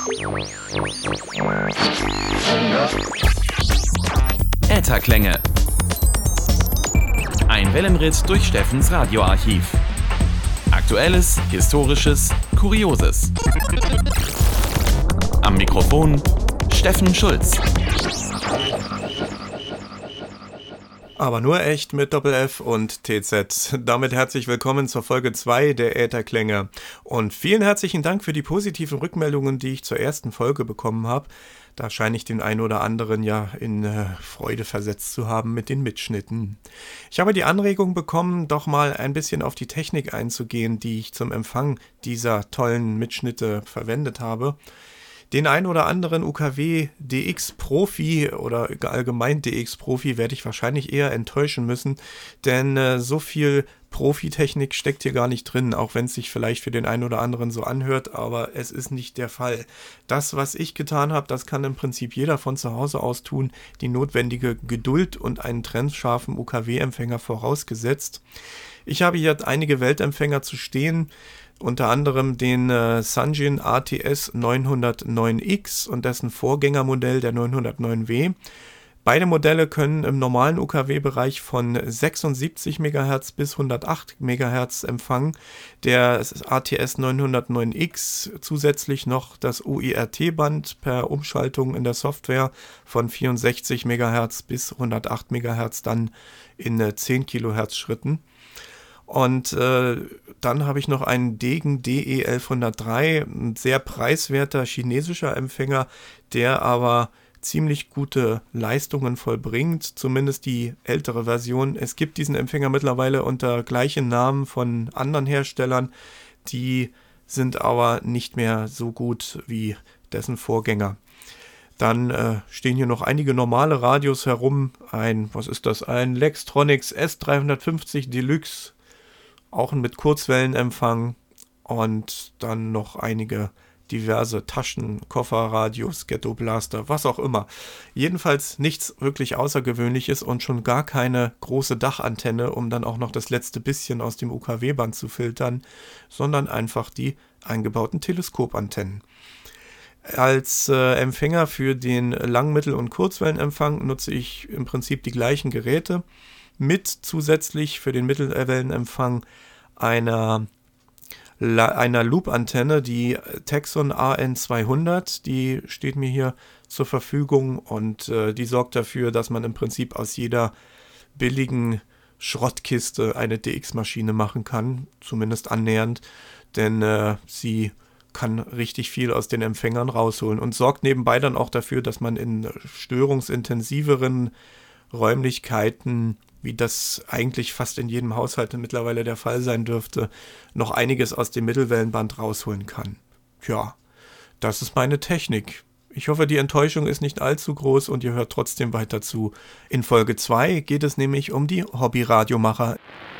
Ätherklänge. Ein Wellenritt durch Steffens Radioarchiv. Aktuelles, Historisches, Kurioses. Am Mikrofon Steffen Schulz. Aber nur echt mit Doppel-F und TZ. Damit herzlich willkommen zur Folge 2 der Ätherklänge. Und vielen herzlichen Dank für die positiven Rückmeldungen, die ich zur ersten Folge bekommen habe. Da scheine ich den einen oder anderen ja in Freude versetzt zu haben mit den Mitschnitten. Ich habe die Anregung bekommen, doch mal ein bisschen auf die Technik einzugehen, die ich zum Empfang dieser tollen Mitschnitte verwendet habe. Den ein oder anderen UKW DX-Profi oder allgemein DX-Profi werde ich wahrscheinlich eher enttäuschen müssen, denn so viel Profitechnik steckt hier gar nicht drin, auch wenn es sich vielleicht für den einen oder anderen so anhört, aber es ist nicht der Fall. Das, was ich getan habe, das kann im Prinzip jeder von zu Hause aus tun, die notwendige Geduld und einen trennscharfen UKW-Empfänger vorausgesetzt. Ich habe hier einige Weltempfänger zu stehen, unter anderem den Sanjin ATS 909X und dessen Vorgängermodell der 909W. Beide Modelle können im normalen UKW-Bereich von 76 MHz bis 108 MHz empfangen. Der ATS 909X zusätzlich noch das UIRT-Band per Umschaltung in der Software von 64 MHz bis 108 MHz dann in 10 kHz Schritten. Und dann habe ich noch einen Degen DE1103, ein sehr preiswerter chinesischer Empfänger, der aber ziemlich gute Leistungen vollbringt, zumindest die ältere Version. Es gibt diesen Empfänger mittlerweile unter gleichen Namen von anderen Herstellern, die sind aber nicht mehr so gut wie dessen Vorgänger. Dann stehen hier noch einige normale Radios herum, ein Lextronics S350 Deluxe, auch mit Kurzwellenempfang, und dann noch einige diverse Taschen, Kofferradios, Ghetto Blaster, was auch immer. Jedenfalls nichts wirklich Außergewöhnliches und schon gar keine große Dachantenne, um dann auch noch das letzte bisschen aus dem UKW-Band zu filtern, sondern einfach die eingebauten Teleskopantennen. Als Empfänger für den Lang-, Mittel- und Kurzwellenempfang nutze ich im Prinzip die gleichen Geräte, mit zusätzlich für den Mittelwellenempfang einer Loop-Antenne, die Texon AN200, die steht mir hier zur Verfügung und die sorgt dafür, dass man im Prinzip aus jeder billigen Schrottkiste eine DX-Maschine machen kann, zumindest annähernd, denn sie kann richtig viel aus den Empfängern rausholen und sorgt nebenbei dann auch dafür, dass man in störungsintensiveren Räumlichkeiten, wie das eigentlich fast in jedem Haushalt mittlerweile der Fall sein dürfte, noch einiges aus dem Mittelwellenband rausholen kann. Tja, das ist meine Technik. Ich hoffe, die Enttäuschung ist nicht allzu groß und ihr hört trotzdem weiter zu. In Folge 2 geht es nämlich um die Hobby-Radiomacher.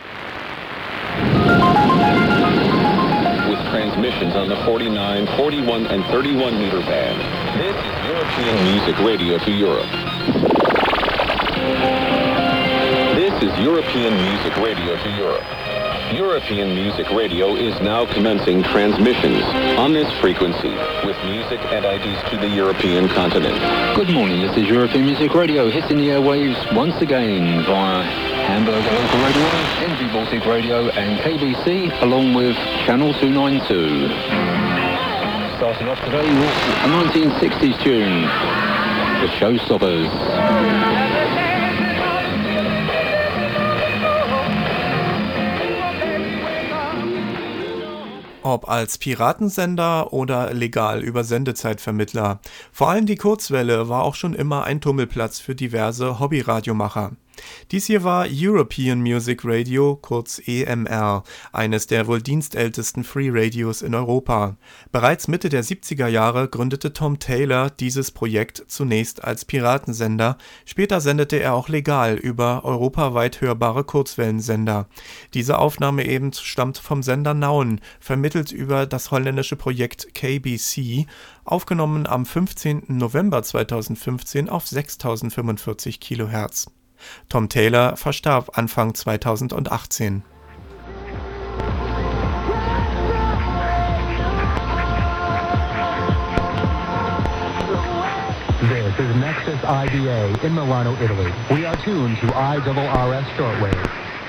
With transmissions on the 49, 41 and 31 meter band. This is European Music Radio to Europe. This is European Music Radio to Europe. European Music Radio is now commencing transmissions on this frequency with music and ideas to the European continent. Good morning, this is European Music Radio hitting the airwaves once again via Hamburg Local Radio, NG Baltic Radio and KBC along with Channel 292. Starting off today with a 1960s tune, The Showstoppers. Ob als Piratensender oder legal über Sendezeitvermittler. Vor allem die Kurzwelle war auch schon immer ein Tummelplatz für diverse Hobbyradiomacher. Dies hier war European Music Radio, kurz EMR, eines der wohl dienstältesten Free Radios in Europa. Bereits Mitte der 70er Jahre gründete Tom Taylor dieses Projekt zunächst als Piratensender, später sendete er auch legal über europaweit hörbare Kurzwellensender. Diese Aufnahme eben stammt vom Sender Nauen, vermittelt über das holländische Projekt KBC, aufgenommen am 15. November 2015 auf 6045 kHz. Tom Taylor verstarb Anfang 2018. is IBA in Milano, Italy. We are tuned to IRRS shortwave.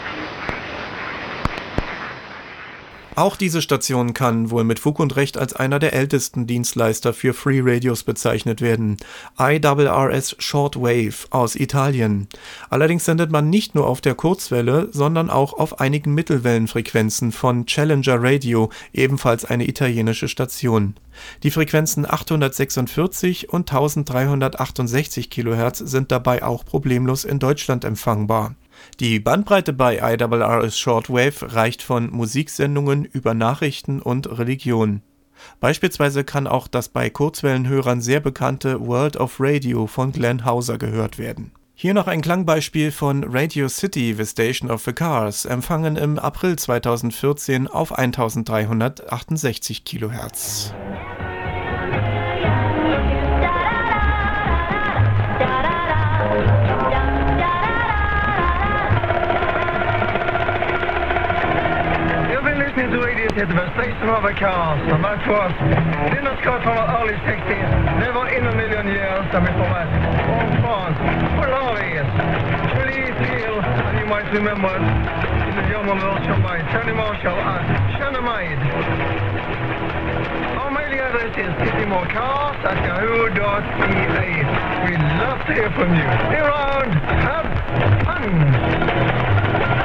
Auch diese Station kann wohl mit Fug und Recht als einer der ältesten Dienstleister für Free Radios bezeichnet werden. IRRS Shortwave aus Italien. Allerdings sendet man nicht nur auf der Kurzwelle, sondern auch auf einigen Mittelwellenfrequenzen von Challenger Radio, ebenfalls eine italienische Station. Die Frequenzen 846 und 1368 kHz sind dabei auch problemlos in Deutschland empfangbar. Die Bandbreite bei IRRS Shortwave reicht von Musiksendungen über Nachrichten und Religion. Beispielsweise kann auch das bei Kurzwellenhörern sehr bekannte World of Radio von Glenn Hauser gehört werden. Hier noch ein Klangbeispiel von Radio City, The Station of the Cars, empfangen im April 2014 auf 1368 kHz. To the station of the cars, and that was Dinner Scott from the early 60s, never in a million years, that Mr. West, from France, Polaris, Julie Thiel, and you might remember in the German version by Tony Marshall and Shanna Maid. Our mailing address is citymallcars@yahoo.de. We'd love to hear from you. Be around, have fun!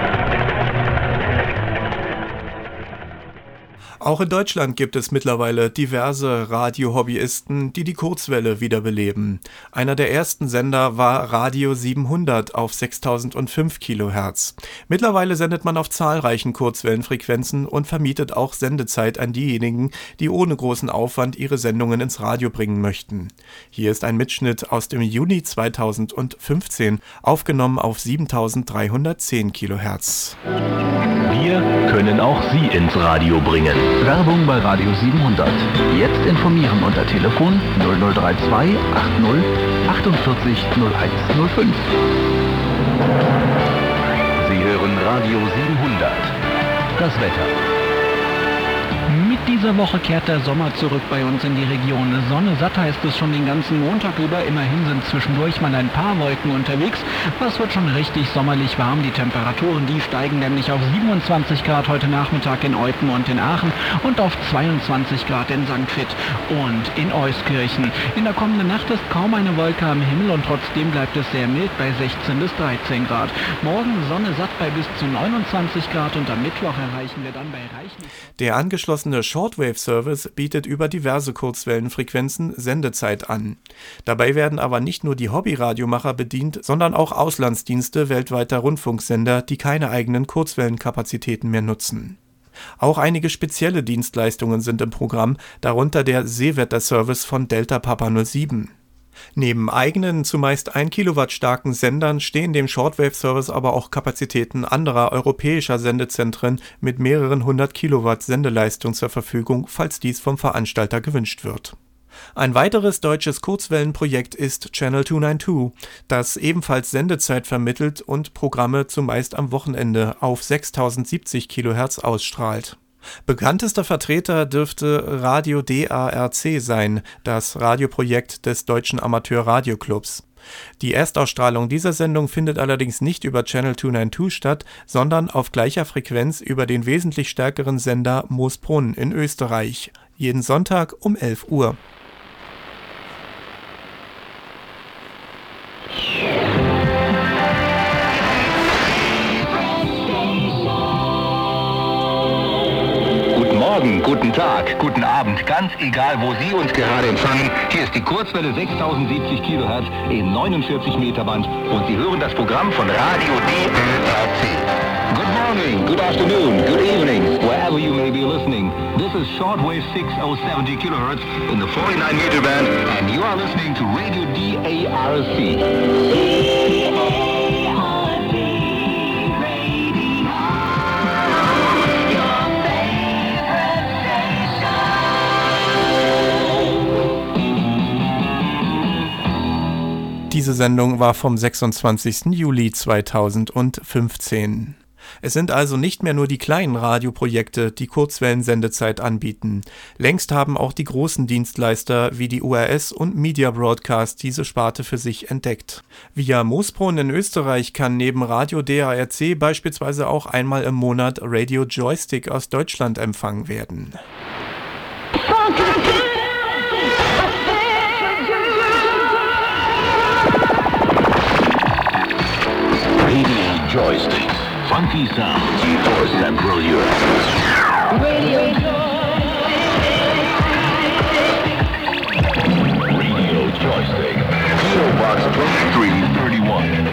Auch in Deutschland gibt es mittlerweile diverse Radio-Hobbyisten, die die Kurzwelle wiederbeleben. Einer der ersten Sender war Radio 700 auf 6005 kHz. Mittlerweile sendet man auf zahlreichen Kurzwellenfrequenzen und vermietet auch Sendezeit an diejenigen, die ohne großen Aufwand ihre Sendungen ins Radio bringen möchten. Hier ist ein Mitschnitt aus dem Juni 2015, aufgenommen auf 7310 kHz. Wir können auch Sie ins Radio bringen. Werbung bei Radio 700. Jetzt informieren unter Telefon 0032 80 48 0105. Sie hören Radio 700. Das Wetter. Mit dieser Woche kehrt der Sommer zurück bei uns in die Region. Sonne satt heißt es schon den ganzen Montag über. Immerhin sind zwischendurch mal ein paar Wolken unterwegs. Es wird schon richtig sommerlich warm. Die Temperaturen, die steigen nämlich auf 27 Grad heute Nachmittag in Eupen und in Aachen und auf 22 Grad in St. Vith und in Euskirchen. In der kommenden Nacht ist kaum eine Wolke am Himmel und trotzdem bleibt es sehr mild bei 16 bis 13 Grad. Morgen Sonne satt bei bis zu 29 Grad und am Mittwoch erreichen wir dann bei reichlich... Der angeschlossene Shortwave-Service bietet über diverse Kurzwellenfrequenzen Sendezeit an. Dabei werden aber nicht nur die Hobbyradiomacher bedient, sondern auch Auslandsdienste weltweiter Rundfunksender, die keine eigenen Kurzwellenkapazitäten mehr nutzen. Auch einige spezielle Dienstleistungen sind im Programm, darunter der Seewetter-Service von Delta Papa 07. Neben eigenen, zumeist 1 Kilowatt starken Sendern stehen dem Shortwave-Service aber auch Kapazitäten anderer europäischer Sendezentren mit mehreren 100 Kilowatt Sendeleistung zur Verfügung, falls dies vom Veranstalter gewünscht wird. Ein weiteres deutsches Kurzwellenprojekt ist Channel 292, das ebenfalls Sendezeit vermittelt und Programme zumeist am Wochenende auf 6070 kHz ausstrahlt. Bekanntester Vertreter dürfte Radio DARC sein, das Radioprojekt des Deutschen Amateur-Radioclubs. Die Erstausstrahlung dieser Sendung findet allerdings nicht über Channel 292 statt, sondern auf gleicher Frequenz über den wesentlich stärkeren Sender Moosbrunn in Österreich, jeden Sonntag um 11 Uhr. Guten Tag, guten Abend, ganz egal, wo Sie uns gerade empfangen. Hier ist die Kurzwelle 6070 kHz in 49 Meter Band und Sie hören das Programm von Radio DARC. Good morning, good afternoon, good evening, wherever you may be listening. This is shortwave 6070 kHz in the 49 meter band and you are listening to Radio DARC. Diese Sendung war vom 26. Juli 2015. Es sind also nicht mehr nur die kleinen Radioprojekte, die Kurzwellensendezeit anbieten. Längst haben auch die großen Dienstleister wie die URS und Media Broadcast diese Sparte für sich entdeckt. Via Moosbrunn in Österreich kann neben Radio DARC beispielsweise auch einmal im Monat Radio Joystick aus Deutschland empfangen werden. Radio Joystick. Funky sounds for Central Europe. Radio Joystick. PO Box 2331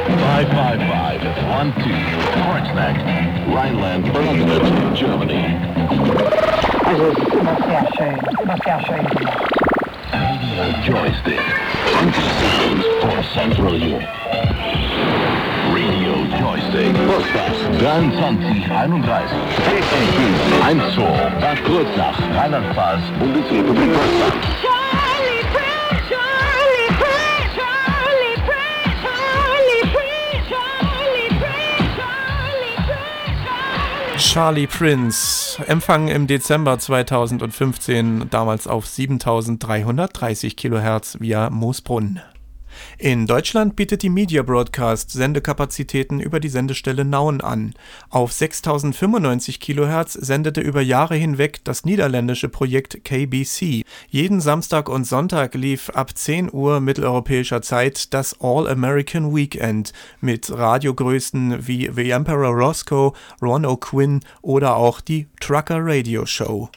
55512 Kreuzberg, Rhineland-Palatinate, Germany. Also es ist immer sehr schön gemacht. Radio Joystick. Funky sounds for Central Europe. Radio Joystick. Postpass 2331. 1-2. Bad Kreuznach, Rheinland-Pfalz, Bundesrepublik Deutschland. Charlie Prince, Empfang im Dezember 2015, damals auf 7330 kHz via Moosbrunn. In Deutschland bietet die Media Broadcast Sendekapazitäten über die Sendestelle Nauen an. Auf 6095 kHz sendete über Jahre hinweg das niederländische Projekt KBC. Jeden Samstag und Sonntag lief ab 10 Uhr mitteleuropäischer Zeit das All-American Weekend mit Radiogrößen wie The Emperor Roscoe, Ron O'Quinn oder auch die Trucker Radio Show.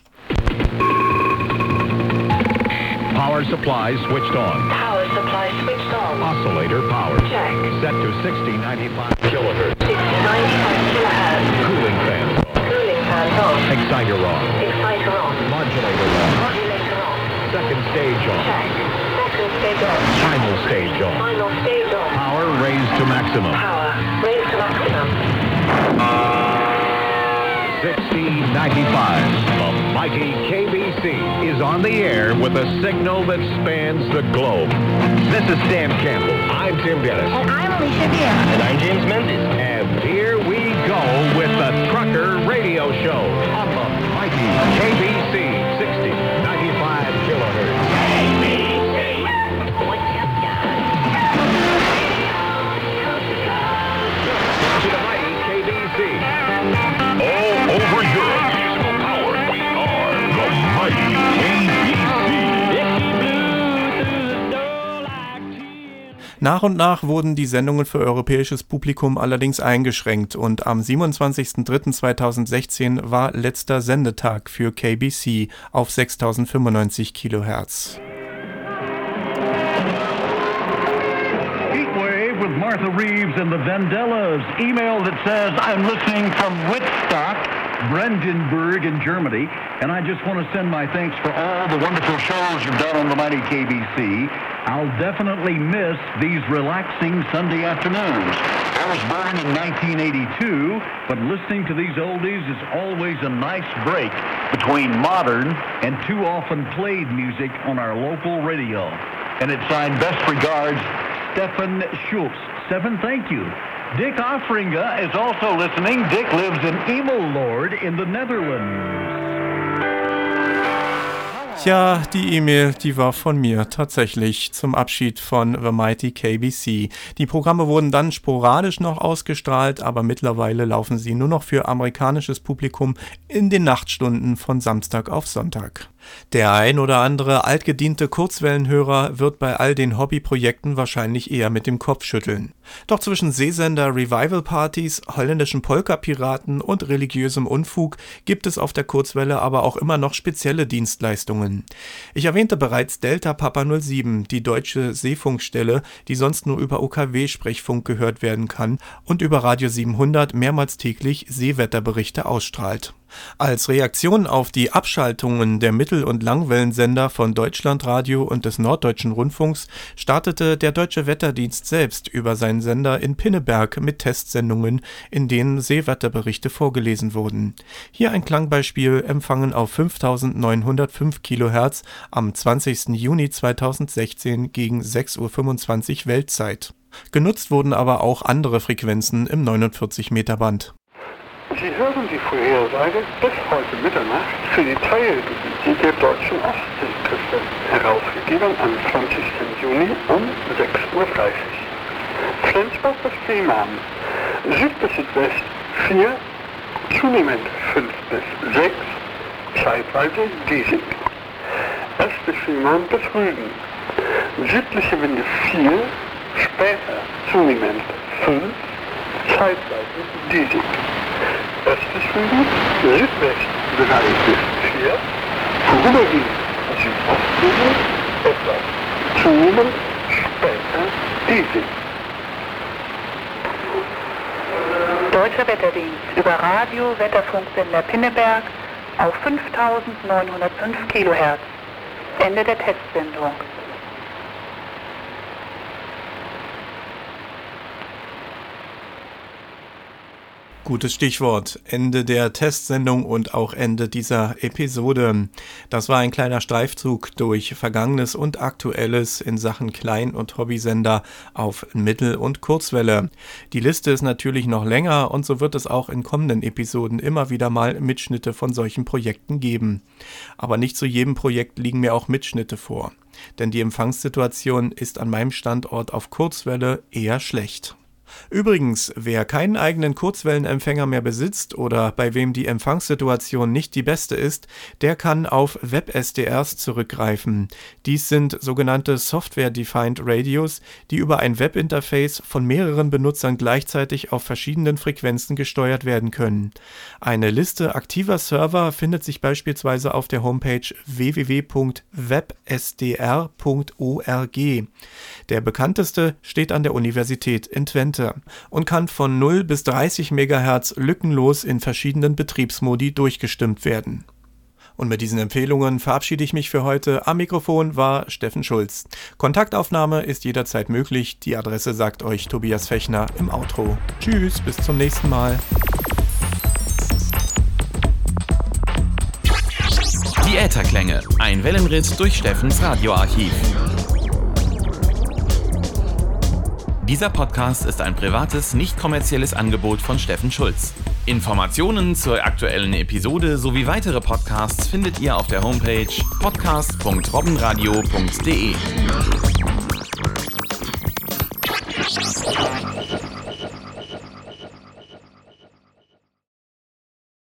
Power supply switched on. Power supply switched on. Oscillator power. Check. Set to 6095 kilohertz. 6095 kilohertz. Cooling fans on. Cooling fans on. Exciter on. Exciter on. Modulator on. Modulator on. Second stage on. Check. Second stage on. Final stage on. Final stage on. Power raised to maximum. Power raised to maximum. 6095. The mighty KBC is on the air with a signal that spans the globe. This is Stan Campbell. I'm Tim Dennis. And I'm Alicia Vieira. And I'm James Mendes. And here we go with the Trucker Radio Show on the mighty KBC 6095 kilohertz. To the mighty KBC. All over Europe. Musical power. We are the mighty KBC. Nach und nach wurden die Sendungen für europäisches Publikum allerdings eingeschränkt und am 27.03.2016 war letzter Sendetag für KBC auf 6095 kHz. Heatwave with Martha Reeves and the Vandellas. Email that says, I'm listening from Wittstock, Brandenburg in Germany, and I just want to send my thanks for all the wonderful shows you've done on the mighty KBC. I'll definitely miss these relaxing Sunday afternoons. I was born in 1982, but listening to these oldies is always a nice break between modern and too often played music on our local radio. And it's signed best regards, Stefan Schultz. Stefan, thank you. Dick Offringa is also listening. Dick lives in Emmeloord in the Netherlands. Ja, die E-Mail, die war von mir tatsächlich zum Abschied von The Mighty KBC. Die Programme wurden dann sporadisch noch ausgestrahlt, aber mittlerweile laufen sie nur noch für amerikanisches Publikum in den Nachtstunden von Samstag auf Sonntag. Der ein oder andere altgediente Kurzwellenhörer wird bei all den Hobbyprojekten wahrscheinlich eher mit dem Kopf schütteln. Doch zwischen Seesender Revival-Partys, holländischen Polka-Piraten und religiösem Unfug gibt es auf der Kurzwelle aber auch immer noch spezielle Dienstleistungen. Ich erwähnte bereits Delta Papa 07, die deutsche Seefunkstelle, die sonst nur über UKW-Sprechfunk gehört werden kann und über Radio 700 mehrmals täglich Seewetterberichte ausstrahlt. Als Reaktion auf die Abschaltungen der Mittel- und Langwellensender von Deutschlandradio und des Norddeutschen Rundfunks startete der Deutsche Wetterdienst selbst über seinen Sender in Pinneberg mit Testsendungen, in denen Seewetterberichte vorgelesen wurden. Hier ein Klangbeispiel, empfangen auf 5905 kHz am 20. Juni 2016 gegen 6:25 Uhr Weltzeit. Genutzt wurden aber auch andere Frequenzen im 49 Meter Band. Sie hören die Vorhersage bis heute Mitternacht für die Teilgebiete der deutschen Ostseeküste, herausgegeben am 20. Juni um 6:30 Uhr. Flensburg bis Fehmarn, Süd bis Südwest 4, zunehmend 5 bis 6, zeitweise diesig. West bis Fehmarn bis Rügen, südliche Winde 4, später zunehmend 5, zeitweise diesig. Östlich Rügen, Südwest 3 bis 4, vorübergehend Südostwind, etwas zunehmend, später diesig. Deutscher Wetterdienst über Radio-Wetterfunksender Pinneberg auf 5905 Kilohertz. Ende der Testsendung. Gutes Stichwort. Ende der Testsendung und auch Ende dieser Episode. Das war ein kleiner Streifzug durch Vergangenes und Aktuelles in Sachen Klein- und Hobbysender auf Mittel- und Kurzwelle. Die Liste ist natürlich noch länger und so wird es auch in kommenden Episoden immer wieder mal Mitschnitte von solchen Projekten geben. Aber nicht zu jedem Projekt liegen mir auch Mitschnitte vor. Denn die Empfangssituation ist an meinem Standort auf Kurzwelle eher schlecht. Übrigens, wer keinen eigenen Kurzwellenempfänger mehr besitzt oder bei wem die Empfangssituation nicht die beste ist, der kann auf Web-SDRs zurückgreifen. Dies sind sogenannte Software-Defined Radios, die über ein Webinterface von mehreren Benutzern gleichzeitig auf verschiedenen Frequenzen gesteuert werden können. Eine Liste aktiver Server findet sich beispielsweise auf der Homepage www.websdr.org. Der bekannteste steht an der Universität in Twente und kann von 0 bis 30 MHz lückenlos in verschiedenen Betriebsmodi durchgestimmt werden. Und mit diesen Empfehlungen verabschiede ich mich für heute. Am Mikrofon war Steffen Schulz. Kontaktaufnahme ist jederzeit möglich. Die Adresse sagt euch Tobias Fechner im Outro. Tschüss, bis zum nächsten Mal. Die Ätherklänge, ein Wellenritt durch Steffens Radioarchiv. Dieser Podcast ist ein privates, nicht kommerzielles Angebot von Steffen Schulz. Informationen zur aktuellen Episode sowie weitere Podcasts findet ihr auf der Homepage podcast.robbenradio.de.